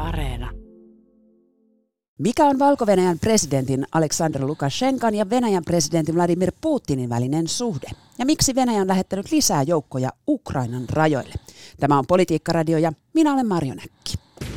Areena. Mikä on Valko-Venäjän presidentin Aleksandr Lukašenkan ja Venäjän presidentin Vladimir Putinin välinen suhde? Ja miksi Venäjä on lähettänyt lisää joukkoja Ukrainan rajoille? Tämä on Politiikka-radio ja minä olen Marjo Näkki.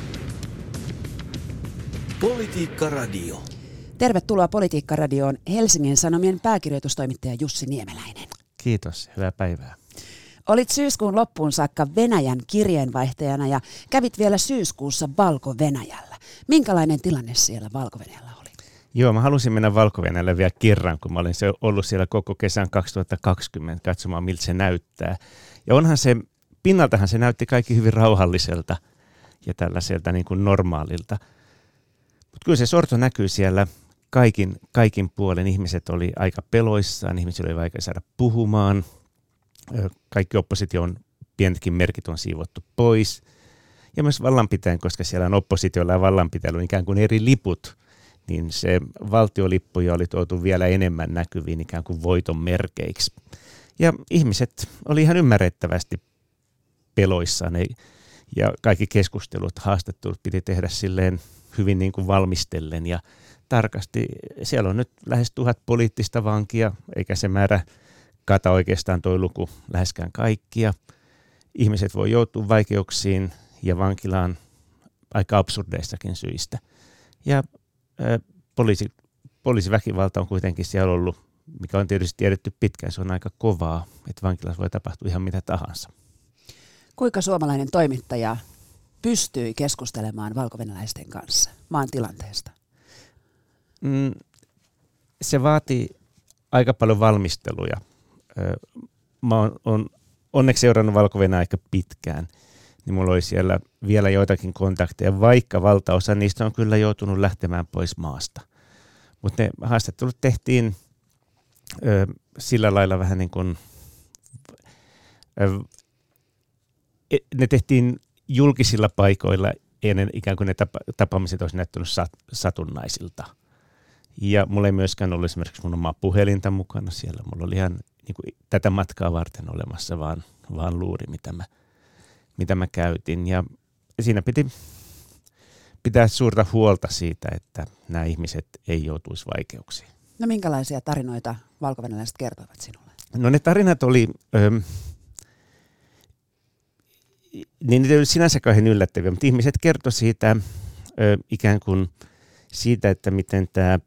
Politiikka-radio. Tervetuloa Politiikka-radioon Helsingin Sanomien pääkirjoitustoimittaja Jussi Niemeläinen. Kiitos, hyvää päivää. Olit syyskuun loppuun saakka Venäjän kirjeenvaihtajana ja kävit vielä syyskuussa Valko-Venäjällä. Minkälainen tilanne siellä Valko-Venäjällä oli? Joo, mä halusin mennä Valko-Venäjälle vielä kerran, kun mä olin ollut siellä koko kesän 2020 katsomaan, miltä se näyttää. Ja pinnaltahan se näytti kaikki hyvin rauhalliselta ja tällaiselta niin kuin normaalilta. Mutta kyllä se sorto näkyy siellä kaikin puolen. Ihmiset oli aika peloissaan, ihmisillä oli vaikea saada puhumaan. Kaikki opposition pienetkin merkit on siivottu pois. Ja myös vallanpitäjän, koska siellä on oppositiolla ja vallanpitäjällä ikään kuin eri liput, niin se valtiolippuja oli tuotu vielä enemmän näkyviin ikään kuin voiton merkeiksi. Ja ihmiset oli ihan ymmärrettävästi peloissaan. Ja kaikki keskustelut, haastattelut piti tehdä silleen hyvin niin kuin valmistellen ja tarkasti. Siellä on nyt lähes 1000 poliittista vankia, eikä se määrä kata oikeastaan tuo luku läheskään kaikkia. Ihmiset voi joutua vaikeuksiin ja vankilaan aika absurdeistakin syistä. Ja poliisiväkivalta on kuitenkin siellä ollut, mikä on tietysti tiedetty pitkään, se on aika kovaa, että vankilassa voi tapahtua ihan mitä tahansa. Kuinka suomalainen toimittaja pystyi keskustelemaan valkovenäläisten kanssa maan tilanteesta? Se vaatii aika paljon valmisteluja. Mä oon onneksi seurannut Valko-Venäjää aika pitkään, niin mulla oli siellä vielä joitakin kontakteja, vaikka valtaosa niistä on kyllä joutunut lähtemään pois maasta. Mutta ne haastattelut tehtiin sillä lailla vähän niin kuin, ne tehtiin julkisilla paikoilla, ennen ikään kuin ne tapaamiset olisi näyttänyt satunnaisilta. Ja mulla ei myöskään ollut esimerkiksi mun omaa puhelinta mukana siellä. Mulla oli ihan niin kuin tätä matkaa varten olemassa vaan luuri, mitä mä käytin. Ja siinä piti pitää suurta huolta siitä, että nämä ihmiset ei joutuisi vaikeuksiin. No minkälaisia tarinoita valkovenäläiset kertovat sinulle? No ne tarinat oli, niin niitä ei ole sinänsä kauhean yllättäviä, mutta ihmiset kertoi siitä ikään kuin siitä, että miten tämä,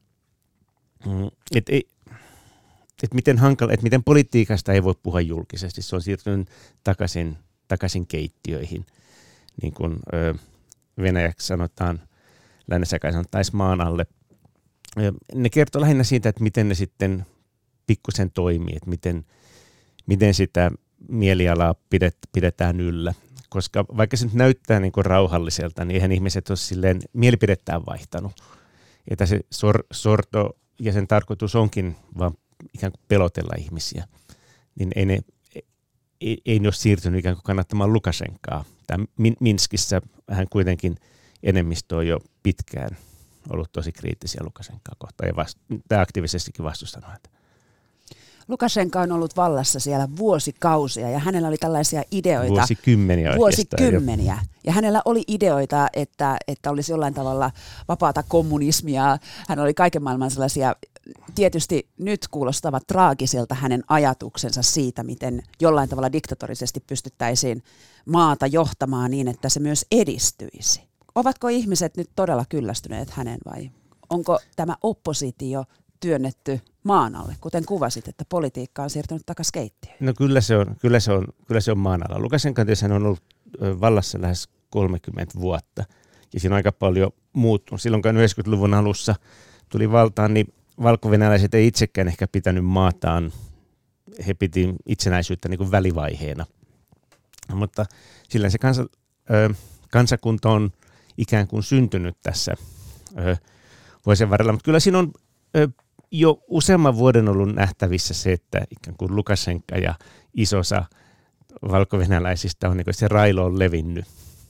miten politiikasta ei voi puhua julkisesti. Se on siirtynyt takaisin keittiöihin, niin kuin venäjäksi sanotaan, lännessä kai sanottaisiin maan alle. Ne kertoo lähinnä siitä, että miten ne sitten pikkusen toimii, että miten sitä mielialaa pidetään yllä. Koska vaikka se nyt näyttää niin kuin rauhalliselta, niin eihän ihmiset ole silleen mielipidettään vaihtanut. Että se sorto ja sen tarkoitus onkin vaan ikään kuin pelotella ihmisiä, niin ei ne ole siirtynyt ikään kuin kannattamaan Lukašenkaa. Tämä Minskissä hän kuitenkin enemmistö on jo pitkään ollut tosi kriittisiä Lukašenkaa kohtaan ja aktiivisestikin vastustanut häntä. Lukašenka on ollut vallassa siellä vuosikausia ja hänellä oli tällaisia ideoita. Vuosikymmeniä. Ja hänellä oli ideoita, että olisi jollain tavalla vapaata kommunismia. Hän oli kaiken maailman sellaisia, tietysti nyt kuulostavat traagiselta hänen ajatuksensa siitä, miten jollain tavalla diktatorisesti pystyttäisiin maata johtamaan niin, että se myös edistyisi. Ovatko ihmiset nyt todella kyllästyneet hänen vai onko tämä oppositio työnnetty maan alle, kuten kuvasit, että politiikka on siirtynyt takaisin keittiöön? No kyllä se on maan alla. Lukašenka on ollut vallassa lähes 30 vuotta ja siinä on aika paljon muuttunut. Silloin kun 90-luvun alussa tuli valtaan, niin valkovenäläiset ei itsekään ehkä pitänyt maataan. He piti itsenäisyyttä niin kuin välivaiheena. Mutta sillä se kansakunta on ikään kuin syntynyt tässä vuosien varrella. Mutta kyllä siinä on jo useamman vuoden ollut nähtävissä se, että ikään kuin Lukašenka ja iso osa valkovenäläisistä on niin kuin se railo on levinnyt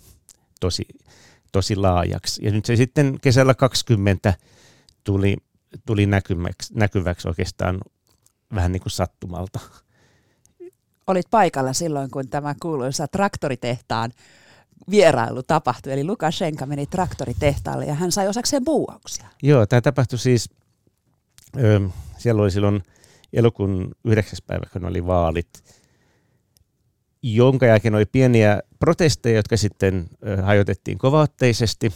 tosi laajaksi. Ja nyt se sitten kesällä 20 tuli näkyväksi oikeastaan vähän niin kuin sattumalta. Olit paikalla silloin, kun tämä kuuluisa traktoritehtaan vierailu tapahtui. Eli Lukashenka meni traktoritehtaalle ja hän sai osakseen buuauksia. Joo, tämä tapahtui siis, siellä oli silloin elokuun 9. päivä, kun oli vaalit, jonka jälkeen oli pieniä protesteja, jotka sitten hajotettiin kovaotteisesti,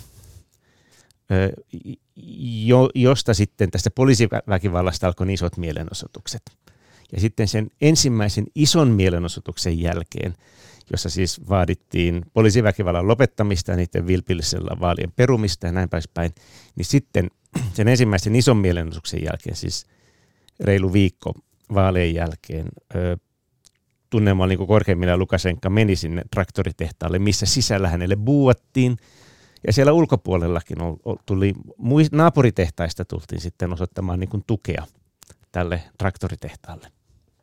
josta sitten tästä poliisiväkivallasta alkoi isot mielenosoitukset. Ja sitten sen ensimmäisen ison mielenosoituksen jälkeen, jossa siis vaadittiin poliisiväkivallan lopettamista ja niiden vilpillisellä vaalien perumista ja näin päin, niin sitten sen ensimmäisen ison mielenosoituksen jälkeen, siis reilu viikko vaalien jälkeen, tunnelma oli niin korkeimmillaan Lukashenka meni sinne traktoritehtaalle, missä sisällä hänelle buuattiin. Ja siellä ulkopuolellakin tuli, naapuritehtaista tultiin sitten osoittamaan niin kuin tukea tälle traktoritehtaalle.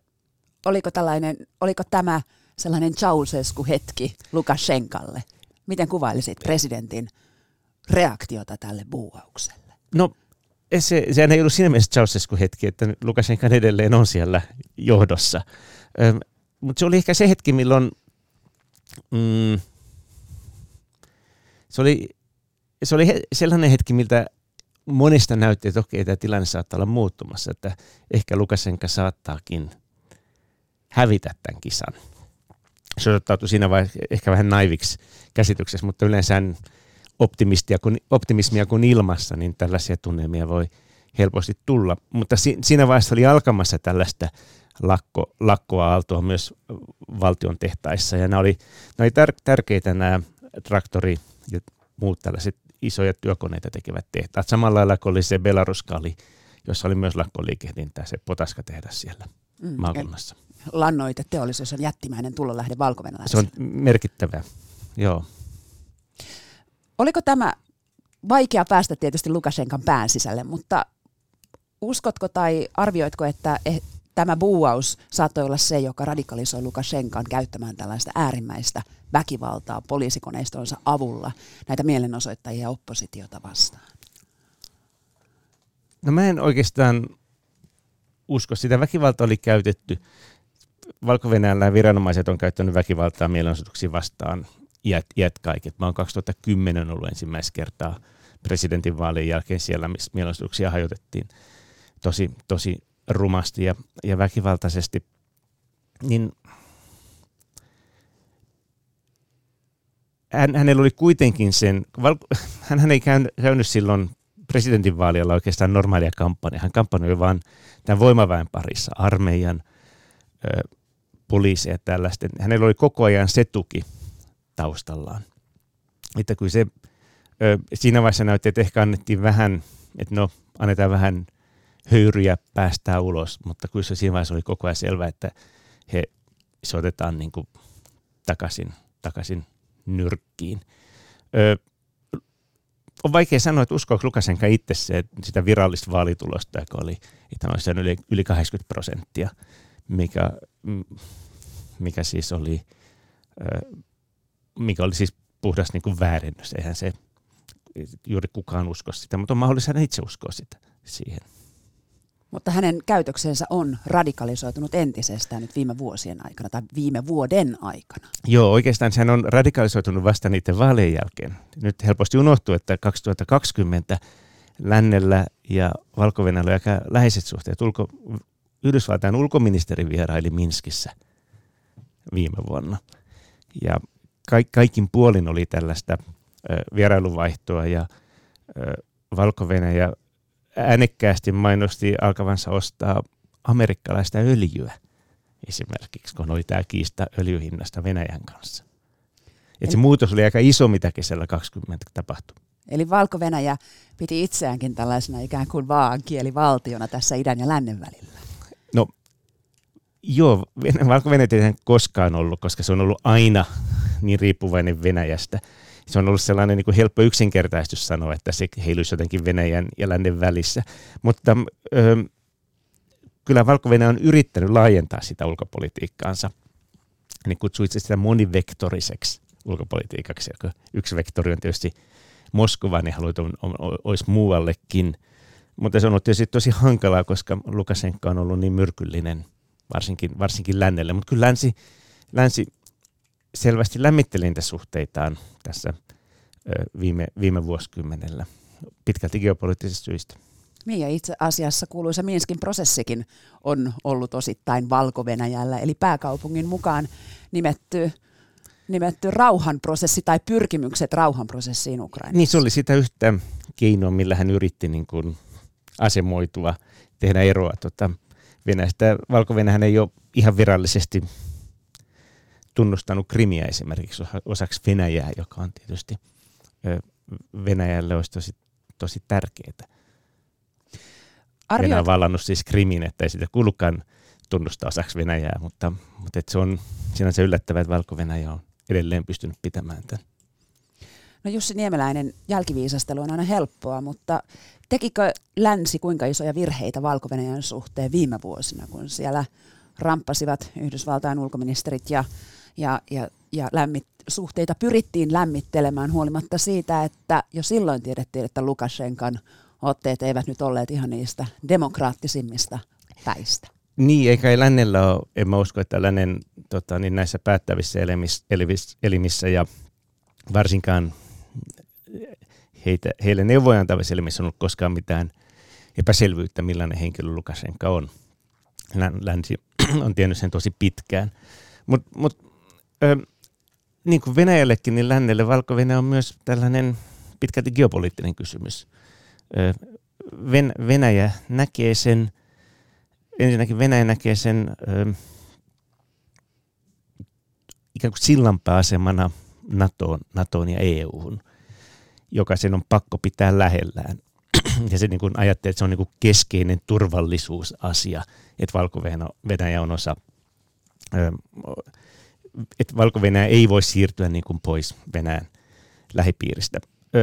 Oliko tämä sellainen Ceausescu-hetki Lukashenkalle? Miten kuvailisit presidentin reaktiota tälle buuaukselle? No, sehän ei ollut siinä mielessä Ceausescu-hetki, että Lukashenka edelleen on siellä johdossa. Mutta se oli ehkä se hetki, milloin se oli sellainen hetki, miltä monesta näytti, että okei, tämä tilanne saattaa olla muuttumassa, että ehkä Lukashenka saattaakin hävitä tämän kisan. Se osoittautui siinä vaiheessa ehkä vähän naiviksi käsityksessä, mutta yleensä optimismia kun ilmassa, niin tällaisia tunnelmia voi helposti tulla. Mutta siinä vaiheessa oli alkamassa tällaista lakkoa-aaltoa myös valtion tehtaissa, ja nämä oli tärkeitä nämä traktori- ja muut tällaiset isoja työkoneita tekevät tehtaat. Samalla lailla kuin oli se Belaruskali, jossa oli myös lakkoliikehdintää, se potaskatehdas siellä maakunnassa. Lannoiteteollisuus on jättimäinen tulonlähde valko-venäläisille. Se on merkittävä, joo. Oliko tämä vaikea päästä tietysti Lukashenkan pään sisälle, mutta uskotko tai arvioitko, että tämä buuaus saattoi olla se, joka radikalisoi Lukashenkan käyttämään tällaista äärimmäistä väkivaltaa poliisikoneistonsa avulla näitä mielenosoittajia ja oppositiota vastaan? No mä en oikeastaan usko. Sitä väkivaltaa oli käytetty. Valko-Venäjällä viranomaiset on käyttänyt väkivaltaa mielenosoituksia vastaan iät kaiket. Mä oon 2010 ollut ensimmäistä kertaa presidentinvaalien jälkeen siellä, missä mielenosoituksia hajotettiin tosi rumasti ja väkivaltaisesti. Niin hänellä oli kuitenkin hän ei käynyt silloin presidentinvaalialla oikeastaan normaalia kampanjaa. Hän kampanjoi vaan tämän voimaväen parissa, armeijan, poliiseja ja tällaisten. Hänellä oli koko ajan se tuki taustallaan. Että kyllä se siinä vaiheessa näytti, että ehkä annettiin vähän, että no annetaan vähän höyryjä päästään ulos, mutta kyllä se siinä vaiheessa oli koko ajan selvä, että se otetaan niin kuin takaisin nyrkkiin. On vaikea sanoa, että uskoako Lukashenka itse sitä virallista vaalitulosta, joka oli, että hän olisi yli 80%, mikä siis oli puhdas niin kuin väärennös. Eihän se juuri kukaan usko sitä, mutta on mahdollista hän itse uskoa sitä siihen. Mutta hänen käytöksensä on radikalisoitunut entisestään nyt viime vuosien aikana tai viime vuoden aikana. Joo, oikeastaan sehän on radikalisoitunut vasta niiden vaalien jälkeen. Nyt helposti unohtuu, että 2020 lännellä ja Valko-Venäjällä aika läheiset suhteet. Yhdysvaltain ulkoministeri vieraili Minskissä viime vuonna. Ja kaikin puolin oli tällaista vierailuvaihtoa ja Valko-Venäjä äänekkäästi mainosti alkavansa ostaa amerikkalaista öljyä esimerkiksi, kun oli tämä kiista öljyhinnasta Venäjän kanssa. Et se muutos oli aika iso, mitä kesällä 2020 tapahtui. Eli Valko-Venäjä piti itseäänkin tällaisena ikään kuin vaankielivaltiona tässä idän ja lännen välillä. No joo, Valko-Venäjä ei koskaan ollut, koska se on ollut aina niin riippuvainen Venäjästä. Se on ollut sellainen niin kuin helppo yksinkertaistus sanoa, että se heiluisi jotenkin Venäjän ja lännen välissä. Mutta kyllä Valko-Venäjä on yrittänyt laajentaa sitä ulkopolitiikkaansa. Ne kutsui itse sitä monivektoriseksi ulkopolitiikaksi. Yksi vektori on tietysti Moskova, niin haluat olisi muuallekin. Mutta se on ollut tietysti tosi hankalaa, koska Lukashenka on ollut niin myrkyllinen, varsinkin lännelle. Mutta kyllä länsi selvästi lämmitteli niitä suhteitaan tässä viime vuosikymmenellä pitkälti geopoliittisista syistä. Niin, ja itse asiassa kuuluisa Minskin prosessikin on ollut osittain Valko-Venäjällä, eli pääkaupungin mukaan nimetty rauhanprosessi tai pyrkimykset rauhanprosessiin Ukrainassa. Niin, se oli sitä yhtä keinoa, millä hän yritti niin kuin asemoitua, tehdä eroa Venäjästä. Valko-Venäjähän ei ole ihan virallisesti tunnustanut Krimiä esimerkiksi osaksi Venäjää, joka on tietysti Venäjälle olisi tosi tärkeää. Venäjä on vallannut siis Krimin, että ei sitä kuulukaan tunnustaa osaksi Venäjää, mutta se on sinänsä yllättävää, että Valko-Venäjä on edelleen pystynyt pitämään tämän. No Jussi Niemeläinen, jälkiviisastelu on aina helppoa, mutta tekikö länsi kuinka isoja virheitä Valko-Venäjän suhteen viime vuosina, kun siellä ramppasivat Yhdysvaltain ulkoministerit ja suhteita pyrittiin lämmittelemään huolimatta siitä, että jo silloin tiedettiin, että Lukašenkan otteet eivät nyt olleet ihan niistä demokraattisimmista päistä. Niin, eikä lännellä ole, en mä usko, että lännen niin näissä päättävissä elimissä ja varsinkaan heille neuvoja antavissa elimissä on ollut koskaan mitään epäselvyyttä, millainen henkilö Lukašenka on. Länsi on tiennyt sen tosi pitkään. Mutta niin kuin Venäjällekin, niin lännelle Valko-Venäjä on myös tällainen pitkälti geopoliittinen kysymys. Venäjä näkee sen ikään kuin sillanpääasemana NATOon ja EU:hun, joka sen on pakko pitää lähellään. Ja se niin kuin ajattelee, että se on niin kuin keskeinen turvallisuusasia, että Valko-Venäjä on osa, että Valko-Venäjä ei voi siirtyä niin kuin pois Venäjän lähipiiristä.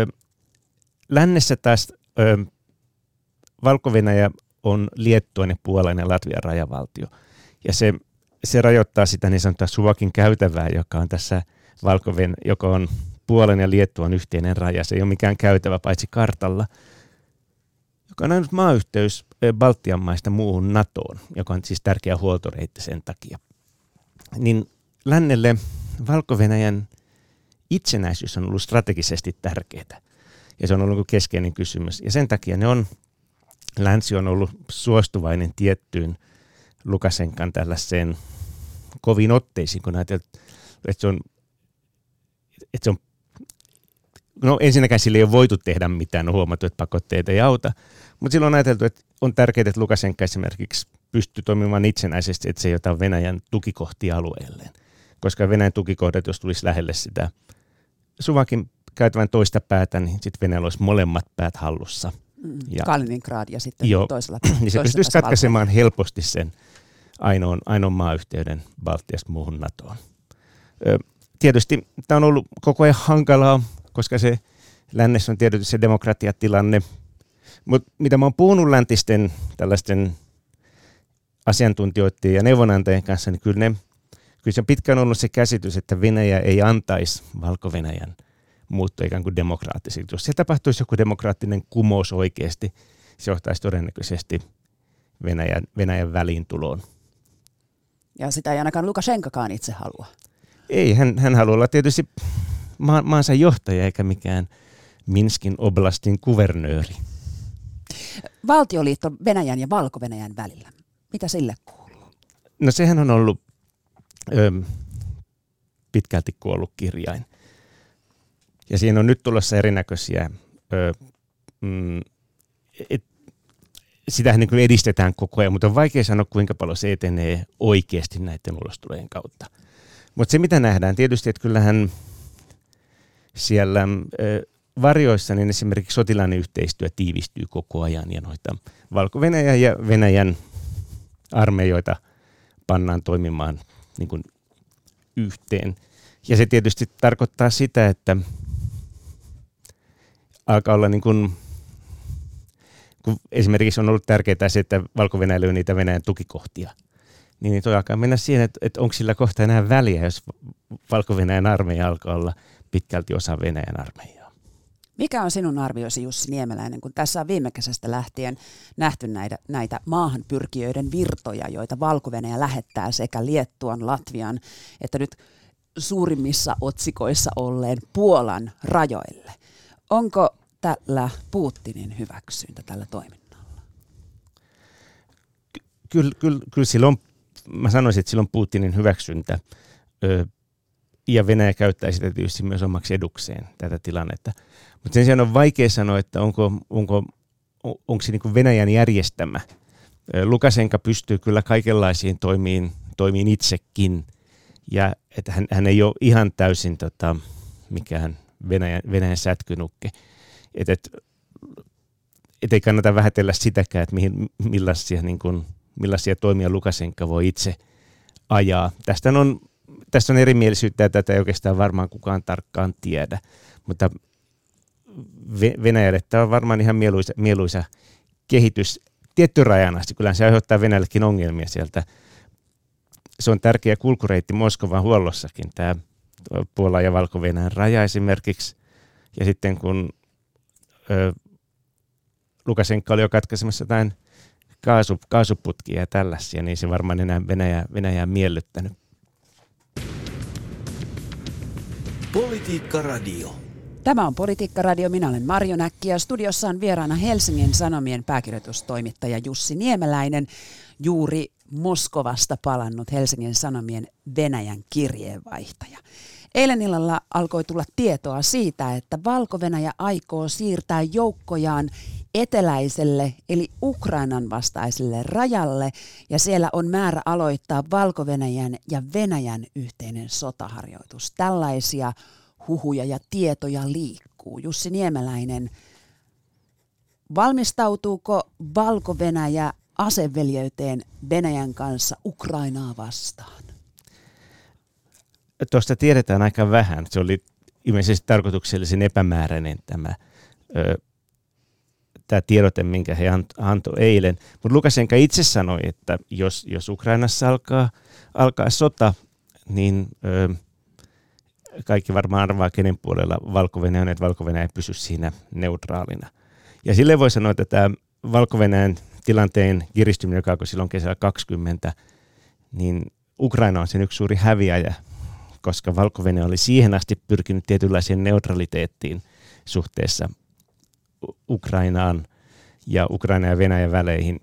Lännessä taas Valko-Venäjä on Liettuan ja Puolan ja Latvian rajavaltio. Ja se rajoittaa sitä niin sanottua Suvakin käytävää, joka on tässä joka on Puolan ja Liettuan yhteinen raja. Se ei ole mikään käytävä paitsi kartalla, joka on ainut maayhteys Baltian maista muuhun NATOon, joka on siis tärkeä huoltoreitti sen takia. Niin lännelle Valko-Venäjän itsenäisyys on ollut strategisesti tärkeää. Ja se on ollut keskeinen kysymys. Ja sen takia länsi on ollut suostuvainen tiettyyn Lukašenkan tällaiseen koviin otteisiin, kun ajatellaan, että se on no ensinnäkään sille ei ole voitu tehdä mitään, on huomattu, että pakotteita ei auta, mutta silloin on ajateltu, että on tärkeää, että Lukašenka esimerkiksi pystyy toimimaan itsenäisesti, että se ei ota Venäjän tukikohtia alueelleen, koska Venäjän tukikohdat, jos tulisi lähelle sitä Suvakin käytävän toista päätä, niin sitten Venäjällä olisi molemmat päät hallussa. Kaliningrad ja sitten toisella niin se pystyisi katkaisemaan helposti sen ainoan maayhteyden Baltiasta muuhun NATOon. Tietysti tämä on ollut koko ajan hankalaa, koska se lännessä on tietysti se demokratiatilanne. Mutta mitä mä oon puhunut läntisten tällaisten asiantuntijoiden ja neuvonantajien kanssa, niin kyllä se on pitkään ollut se käsitys, että Venäjä ei antaisi Valko-Venäjän muuttua ikään kuin demokraattiseksi. Jos se tapahtuisi joku demokraattinen kumous oikeasti, se johtaisi todennäköisesti Venäjän väliintuloon. Ja sitä ei ainakaan Lukašenkakaan itse halua. Ei, hän haluaa olla tietysti maansa johtaja eikä mikään Minskin oblastin kuvernööri. Valtioliitto Venäjän ja Valko-Venäjän välillä. Mitä sille kuuluu? No sehän on ollut pitkälti kuollut kirjain. Ja siinä on nyt tulossa erinäköisiä, sitähän niin kuin edistetään koko ajan, mutta on vaikea sanoa, kuinka paljon se etenee oikeasti näiden ulostulojen kautta. Mutta se, mitä nähdään tietysti, että kyllähän siellä varjoissa niin esimerkiksi sotilainen yhteistyö tiivistyy koko ajan ja noita Valko-Venäjän ja Venäjän armeijoita pannaan toimimaan niin kuin yhteen. Ja se tietysti tarkoittaa sitä, että alkaa olla niin kuin, kun esimerkiksi on ollut tärkeää se, että Valko-Venäjä löy niitä Venäjän tukikohtia, niin toi alkaa mennä siihen, että onko sillä kohta enää väliä, jos Valko-Venäjän armeija alkaa olla pitkälti osa Venäjän armeijaa. Mikä on sinun arvioisi, Jussi Niemeläinen, kun tässä on viime kesästä lähtien nähty näitä maahanpyrkijöiden virtoja, joita Valko-Venäjä lähettää sekä Liettuan, Latvian, että nyt suurimmissa otsikoissa olleen Puolan rajoille. Onko tällä Putinin hyväksyntä tällä toiminnalla? Kyllä silloin, mä sanoisin, että silloin Putinin hyväksyntä ja Venäjä käyttää sitä tietysti myös omaksi edukseen tätä tilannetta. Mutta sen sijaan on vaikea sanoa, että onko se niin kuin Venäjän järjestämä. Lukašenka pystyy kyllä kaikenlaisiin toimiin itsekin, ja että hän ei ole ihan täysin mikään Venäjän sätkynukke. Et ei kannata vähätellä sitäkään, että millaisia toimia Lukašenka voi itse ajaa. Tästä on erimielisyyttä, ja tätä ei oikeastaan varmaan kukaan tarkkaan tiedä, mutta Venäjälle tämä on varmaan ihan mieluisa kehitys tiettyyn rajan asti. Kyllähän se aiheuttaa Venäjällekin ongelmia sieltä. Se on tärkeä kulkureitti Moskovan huollossakin, tämä Puolan ja Valko-Venäjän raja esimerkiksi. Ja sitten kun Lukašenka oli jo katkaisemassa jotain kaasuputkia ja tällaisia, niin se varmaan enää Venäjää miellyttänyt. Politiikka Radio. Tämä on Politiikka Radio. Minä olen Marjo Näkki ja studiossa on vieraana Helsingin Sanomien pääkirjoitustoimittaja Jussi Niemeläinen, juuri Moskovasta palannut Helsingin Sanomien Venäjän kirjeenvaihtaja. Eilen illalla alkoi tulla tietoa siitä, että Valko-Venäjä aikoo siirtää joukkojaan eteläiselle eli Ukrainan vastaiselle rajalle, ja siellä on määrä aloittaa Valko-Venäjän ja Venäjän yhteinen sotaharjoitus. Tällaisia huhuja ja tietoja liikkuu. Jussi Niemeläinen, valmistautuuko Valko-Venäjä aseveljeyteen Venäjän kanssa Ukrainaa vastaan? Tuosta tiedetään aika vähän. Se oli ilmeisesti tarkoituksellisen epämääräinen tämä tiedote, minkä he antoi eilen. Mutta Lukašenka itse sanoi, että jos Ukrainassa alkaa sota, niin kaikki varmaan arvaa, kenen puolella Valko-Venäjä on, että Valko-Venäjä ei pysy siinä neutraalina. Ja silleen voi sanoa, että tämä Valko-Venäjän tilanteen kiristyminen, joka alkoi silloin kesällä 2020, niin Ukraina on sen yksi suuri häviäjä, koska Valko-Venäjä oli siihen asti pyrkinyt tietynlaiseen neutraliteettiin suhteessa Ukrainaan ja Ukraina ja Venäjän väleihin,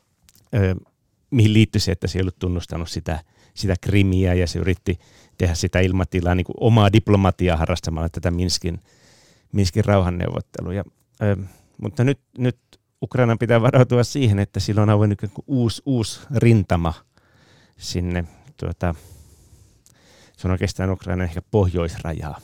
mihin liittyi se, että se ei ollut tunnustanut sitä Krimiä, ja se yritti tehdä sitä ilmatilaa niin kuin omaa diplomatiaa harrastamalla tätä Minskin rauhanneuvotteluja. Mutta nyt Ukrainan pitää varautua siihen, että sillä on auennut uusi rintama sinne. Se on oikeastaan Ukrainan ehkä pohjoisrajaa.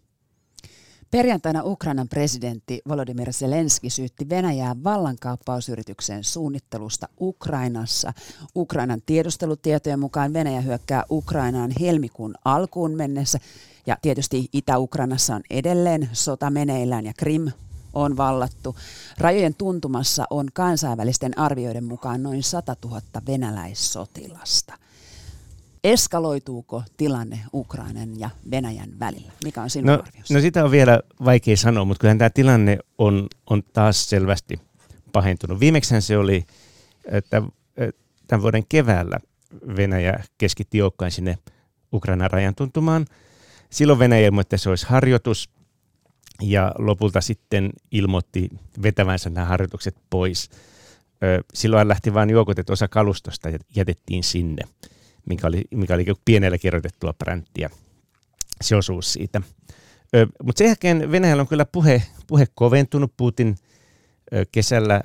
Perjantaina Ukrainan presidentti Volodymyr Zelenski syytti Venäjää vallankaappausyrityksen suunnittelusta Ukrainassa. Ukrainan tiedustelutietojen mukaan Venäjä hyökkää Ukrainaan helmikuun alkuun mennessä. Ja tietysti Itä-Ukrainassa on edelleen sota meneillään ja Krim on vallattu. Rajojen tuntumassa on kansainvälisten arvioiden mukaan noin 100 000 venäläissotilasta. Eskaloituuko tilanne Ukrainan ja Venäjän välillä? Mikä on sinun arviosi? No sitä on vielä vaikea sanoa, mutta kyllähän tämä tilanne on taas selvästi pahentunut. Viimeksihän se oli, että tämän vuoden keväällä Venäjä keskitti joukkojen sinne Ukrainan rajan tuntumaan. Silloin Venäjä ilmoitti, että se olisi harjoitus, ja lopulta sitten ilmoitti vetävänsä nämä harjoitukset pois. Silloin lähti vain joukot, että osa kalustosta jätettiin sinne, mikä oli pienellä kirjoitettua bränttiä, se osuus siitä. Mutta sen jälkeen Venäjällä on kyllä puhe koventunut. Putin kesällä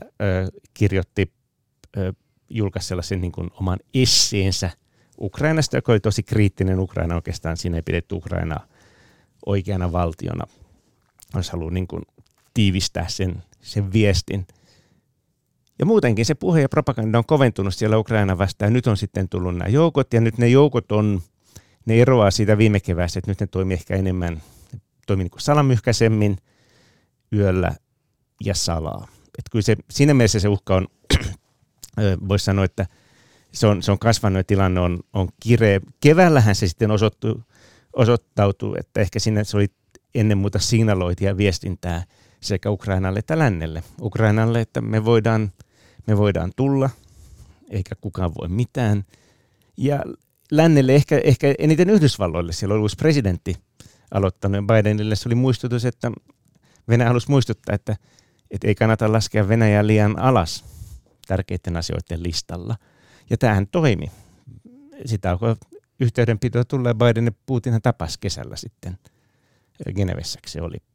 julkaisi sellaisen niin kuin oman esseensä Ukrainasta, joka oli tosi kriittinen Ukraina oikeastaan. Siinä ei pidetty Ukrainaa oikeana valtiona. Olisi halunnut niin kuin tiivistää sen viestin. Ja muutenkin se puhe ja propaganda on koventunut siellä Ukraina vastaan. Nyt on sitten tullut nämä joukot, ja nyt ne joukot ne eroaa siitä viime keväästä, että nyt ne toimii ehkä enemmän, toimii niin kuin salamyhkäisemmin yöllä ja salaa. Että kyllä siinä mielessä se uhka on, voisi sanoa, että se on kasvanut ja tilanne on kireä. Keväällähän se sitten osoittautui, että ehkä siinä se oli ennen muuta signalointia ja viestintää sekä Ukrainalle että lännelle. Ukrainalle, että me voidaan tulla, eikä kukaan voi mitään. Ja lännelle, ehkä eniten Yhdysvalloille, siellä oli uusi presidentti aloittanut. Bidenille se oli muistutus, että Venäjä halusi muistuttaa, että ei kannata laskea Venäjää liian alas tärkeiden asioiden listalla. Ja tämähän toimi. Sitä alkoi yhteydenpitoa tulla ja Biden ja Putinhan tapasi kesällä sitten. Genevessäksi se oli.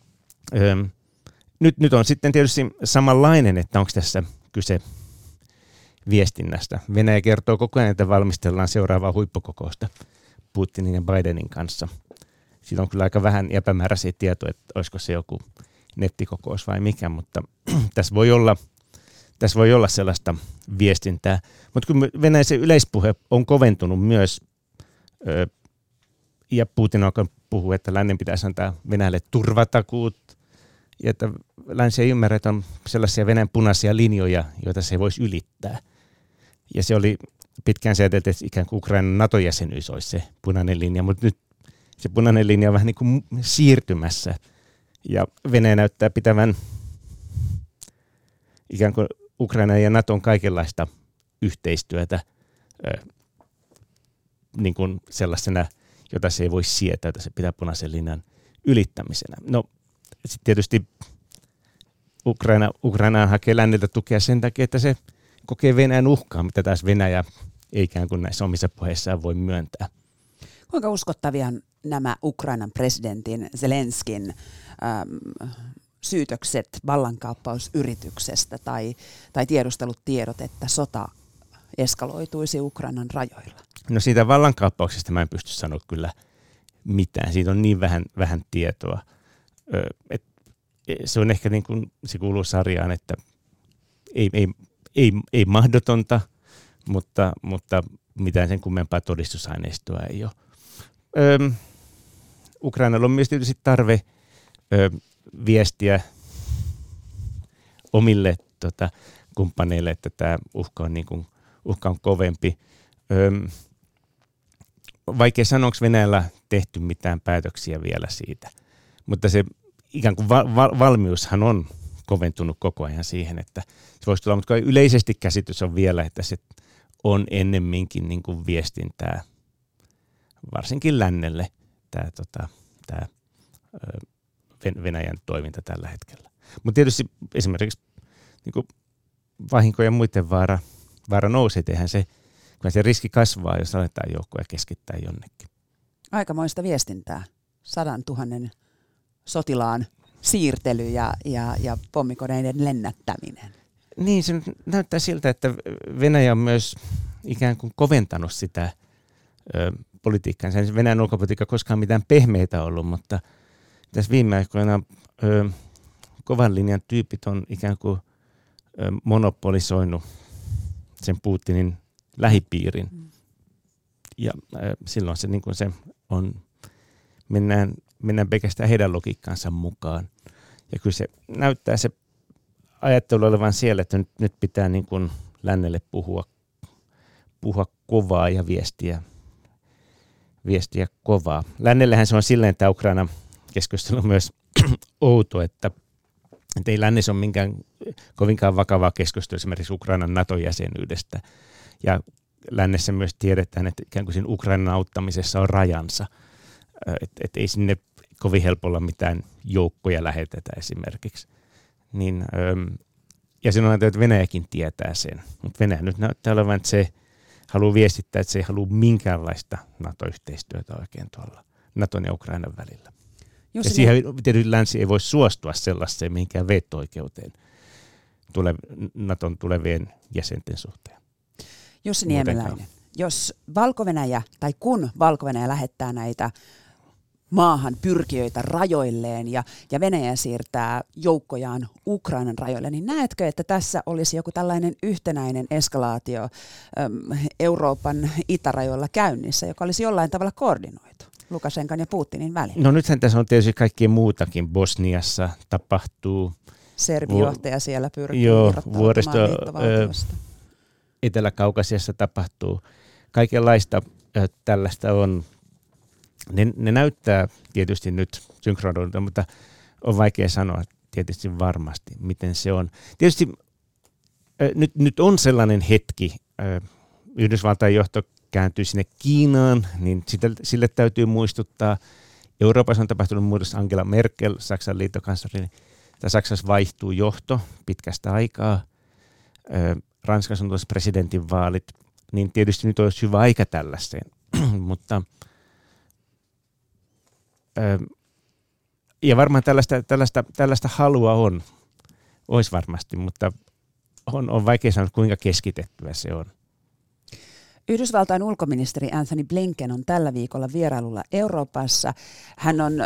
Nyt on sitten tietysti samanlainen, että onko tässä kyse viestinnästä. Venäjä kertoo koko ajan, että valmistellaan seuraavaa huippukokousta Putinin ja Bidenin kanssa. Siitä on kyllä aika vähän epämääräisiä tietoja, että olisiko se joku nettikokous vai mikä, mutta tässä voi olla sellaista viestintää. Mutta kun Venäjän se yleispuhe on koventunut myös, ja Putin alkaa puhua, että lännen pitäisi antaa Venäjälle turvatakuut, ja että länsi ei ymmärrä, että on sellaisia Venäjän punaisia linjoja, joita se voisi ylittää. Ja se oli pitkään se, että ikään kuin Ukrainan NATO-jäsenyys olisi se punainen linja, mutta nyt se punainen linja on vähän niin kuin siirtymässä. Ja Venäjä näyttää pitävän ikään kuin Ukrainan ja Naton kaikenlaista yhteistyötä niin kuin sellaisena, jota se ei voi sietää, jota se pitää punaisen linjan ylittämisenä. No sitten tietysti Ukraina hakee länneltä tukea sen takia, että se kokee Venäjän uhkaa, mitä taas Venäjä ei ikään kuin näissä omissa puheissaan voi myöntää. Kuinka uskottavia nämä Ukrainan presidentin Zelenskin syytökset vallankaappausyrityksestä tai tiedustelut tiedot, että sota eskaloituisi Ukrainan rajoilla? No siitä vallankaappauksesta mä en pysty sanoa kyllä mitään. Siitä on niin vähän tietoa. Se on ehkä niin kuin se kuuluu sarjaan, että ei mahdotonta, mutta mitään sen kummempaa todistusaineistoa ei ole. Ukrainalla on myös tietysti tarve viestiä omille kumppaneille, että tämä uhka on kovempi. Vaikea sanoa, onko Venäjällä tehty mitään päätöksiä vielä siitä, mutta se ikään kuin valmiushan on koventunut koko ajan siihen, että se voisi tulla, mutta yleisesti käsitys on vielä, että se on ennemminkin niin kuin viestintää, varsinkin lännelle, tämä Venäjän toiminta tällä hetkellä. Mutta tietysti esimerkiksi niin kuin vahinko ja muiden vaara nousee, eihän se, kun se riski kasvaa, jos aletaan joukkoja keskittää jonnekin. Aikamoista viestintää. 100 000 sotilaan siirtely ja pommikoneiden lennättäminen. Niin, se näyttää siltä, että Venäjä on myös ikään kuin koventanut sitä politiikkaa. Sen Venäjän ulkopolitiikka koskaan mitään pehmeitä ollut, mutta tässä viime aikoina kovan linjan tyypit on ikään kuin monopolisoinut sen Putinin lähipiirin. Ja silloin se, niin kuin se on, mennään pelkästään heidän logiikkaansa mukaan. Ja kyllä se näyttää se ajattelu olevan siellä, että nyt pitää niin kuin lännelle puhua kovaa ja viestiä kovaa. Lännellähän se on silleen, että Ukraina keskustelu on myös outo, että ei lännessä ole kovinkaan vakavaa keskustelua esimerkiksi Ukrainan NATO-jäsenyydestä. Ja lännessä myös tiedetään, että ikään kuin siinä Ukrainan auttamisessa on rajansa. Että ei sinne kovin helpolla mitään joukkoja lähetetä esimerkiksi. Niin, ja siinä on ajateltu, että Venäjäkin tietää sen. Mutta Venäjä nyt näyttää olevan, että se haluaa viestittää, että se ei halua minkäänlaista NATO-yhteistyötä oikein tuolla Naton ja Ukrainan välillä. Ja siihen tietysti länsi ei voi suostua sellaiseen mihinkään veto-oikeuteen Naton tulevien jäsenten suhteen. Jussi Niemeläinen, jos Valko-Venäjä tai kun Valko-Venäjä lähettää näitä maahan pyrkijöitä rajoilleen ja Venäjä siirtää joukkojaan Ukrainan rajoille, niin näetkö, että tässä olisi joku tällainen yhtenäinen eskalaatio Euroopan itärajoilla käynnissä, joka olisi jollain tavalla koordinoitu Lukašenkan ja Putinin välillä? No nythän tässä on tietysti kaikkea muutakin. Bosniassa tapahtuu. Serbi-johtaja siellä pyrkii vuoristo Etelä-Kaukasiassa tapahtuu. Kaikenlaista tällaista on. Ne näyttää tietysti nyt synkronoidulta, mutta on vaikea sanoa tietysti varmasti, miten se on. Tietysti nyt on sellainen hetki, Yhdysvaltain johto kääntyy sinne Kiinaan, niin sille täytyy muistuttaa. Euroopassa on tapahtunut muutos. Angela Merkel, Saksan liittokansleri, Saksassa vaihtuu johto pitkästä aikaa. Ranskassa on tuossa presidentinvaalit, niin tietysti nyt olisi hyvä aika tällaiseen, mutta ja varmaan tällaista halua olisi varmasti, mutta on vaikea sanoa, kuinka keskitettyä se on. Yhdysvaltain ulkoministeri Antony Blinken on tällä viikolla vierailulla Euroopassa. Hän on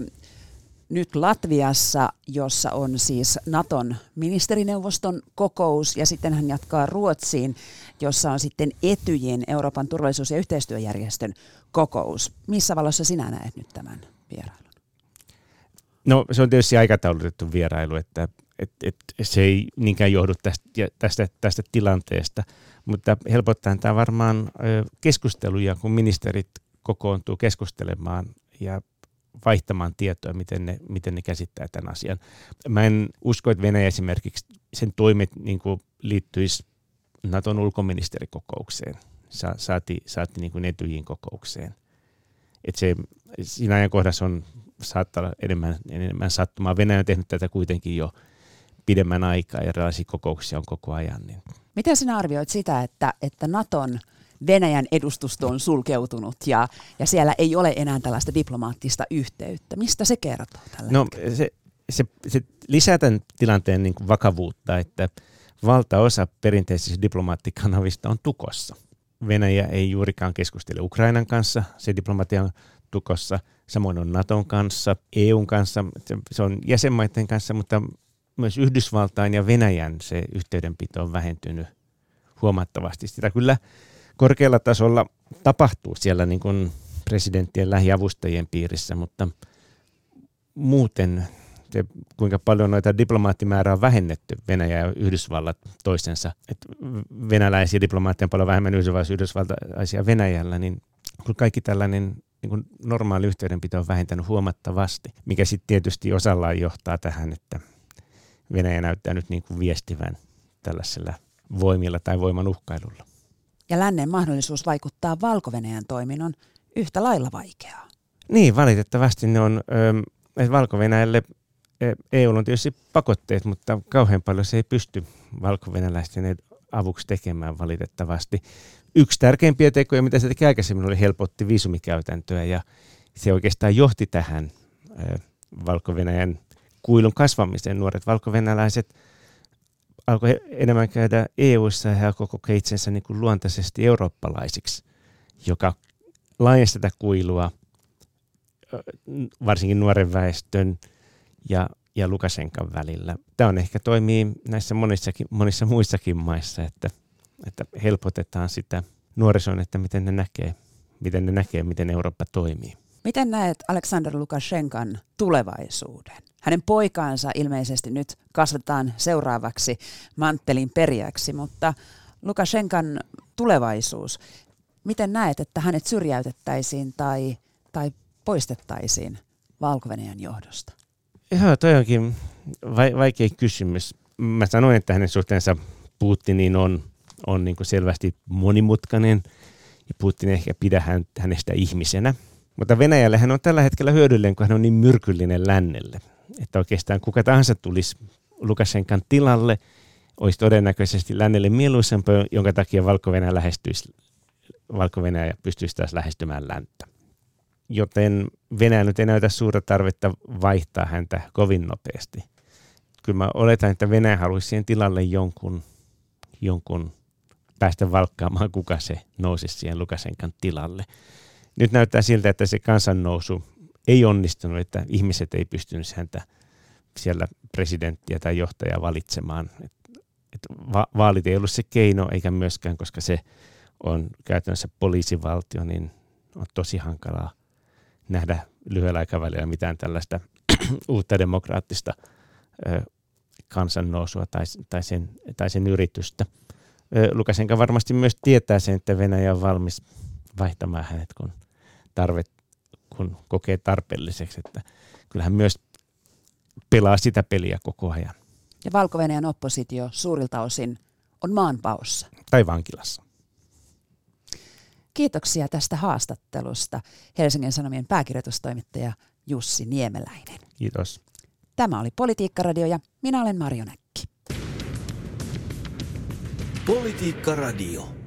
nyt Latviassa, jossa on siis Naton ministerineuvoston kokous, ja sitten hän jatkaa Ruotsiin, jossa on sitten Etyjin, Euroopan turvallisuus- ja yhteistyöjärjestön kokous. Missä valossa sinä näet nyt tämän vierailun? No se on tietysti aikataulutettu vierailu, että se ei niinkään johdu tästä tilanteesta, mutta helpottaa tämä varmaan keskusteluja, kun ministerit kokoontuu keskustelemaan ja vaihtamaan tietoa, miten ne käsittää tämän asian. Mä en usko, että Venäjä esimerkiksi sen toimet niin kuin liittyisi Naton ulkoministerikokoukseen, saati niin kuin Etyjin kokoukseen. Että se siinä ajankohdassa saattaa olla enemmän sattumaa. Venäjä on tehnyt tätä kuitenkin jo pidemmän aikaa ja erilaisia kokouksia on koko ajan. Niin. Miten sinä arvioit sitä, että Naton Venäjän edustusto on sulkeutunut ja siellä ei ole enää tällaista diplomaattista yhteyttä? Mistä se kertoo tällä hetkellä? Se lisää tämän tilanteen niin kuin vakavuutta, että valtaosa perinteisistä diplomaattikanavista on tukossa. Venäjä ei juurikaan keskustele Ukrainan kanssa, se diplomatia on tukossa. Samoin on Naton kanssa, EUn kanssa, se on jäsenmaiden kanssa, mutta myös Yhdysvaltain ja Venäjän se yhteydenpito on vähentynyt huomattavasti. Sitä kyllä korkealla tasolla tapahtuu siellä niin kuin presidenttien lähiavustajien piirissä, mutta muuten se, kuinka paljon noita diplomaattimäärää on vähennetty Venäjä ja Yhdysvallat toisensa. Et venäläisiä diplomaatteja on paljon vähemmän yhdysvaltalaisia Venäjällä, niin kun kaikki tällainen niin kuin normaali yhteydenpito on vähentänyt huomattavasti, mikä sitten tietysti osallaan johtaa tähän, että Venäjä näyttää nyt niin kuin viestivän tällaisella voimilla tai voiman uhkailulla. Ja lännen mahdollisuus vaikuttaa Valko-Venäjän toiminnon on yhtä lailla vaikeaa. Niin, valitettavasti ne on, Valko-Venäjälle EUlla on tietysti pakotteet, mutta kauhean paljon se ei pysty valko-venäläisten avuksi tekemään valitettavasti. Yksi tärkeimpiä tekoja, mitä se teki aikaisemmin, oli helpotti viisumikäytäntöä ja se oikeastaan johti tähän Valko-Venäjän kuilun kasvamiseen. Nuoret valko-venäläiset alkoi enemmän käydä EU:ssa ja he alkoi kokea itsensä niin kuin luontaisesti eurooppalaisiksi, joka laajensi tätä kuilua varsinkin nuoren väestön ja Lukašenkan välillä. Tämä on ehkä toimii näissä monissa muissakin maissa, että helpotetaan sitä nuorisoon, että miten ne näkee, miten Eurooppa toimii. Miten näet Aleksandr Lukašenkan tulevaisuuden? Hänen poikaansa ilmeisesti nyt kasvatetaan seuraavaksi manttelin perijäksi, mutta Lukašenkan tulevaisuus, miten näet, että hänet syrjäytettäisiin tai poistettaisiin Valko-Venäjän johdosta? Joo, toi onkin vaikea kysymys. Mä sanoin, että hänen suhteensa Putiniin on niin kuin selvästi monimutkainen ja Putin ei ehkä pidä hänestä ihmisenä. Mutta Venäjälle hän on tällä hetkellä hyödyllinen, kun hän on niin myrkyllinen lännelle. Että oikeastaan kuka tahansa tulisi Lukašenkan tilalle, olisi todennäköisesti lännelle mieluisampaa, jonka takia Valko-Venäjä pystyisi taas lähestymään länttä. Joten Venäjä nyt ei näytä suurta tarvetta vaihtaa häntä kovin nopeasti. Kyllä mä oletan, että Venäjä haluaisi siihen tilalle jonkun päästä valkkaamaan, kuka se nousisi siihen Lukašenkan tilalle. Nyt näyttää siltä, että se kansannousu ei onnistunut, että ihmiset ei pystynyt häntä siellä presidenttiä tai johtajaa valitsemaan. Vaalit ei ollut se keino, eikä myöskään, koska se on käytännössä poliisivaltio, niin on tosi hankalaa nähdä lyhyellä aikavälillä mitään tällaista uutta demokraattista kansannousua tai sen yritystä. Lukašenka varmasti myös tietää sen, että Venäjä on valmis vaihtamaan hänet, kun kokee tarpeelliseksi. Että kyllähän myös pelaa sitä peliä koko ajan. Ja Valko-Venäjän oppositio suurilta osin on maanpaossa. Tai vankilassa. Kiitoksia tästä haastattelusta Helsingin Sanomien pääkirjoitustoimittaja Jussi Niemeläinen. Kiitos. Tämä oli Politiikkaradio ja minä olen Marjo Näkki. Politiikkaradio.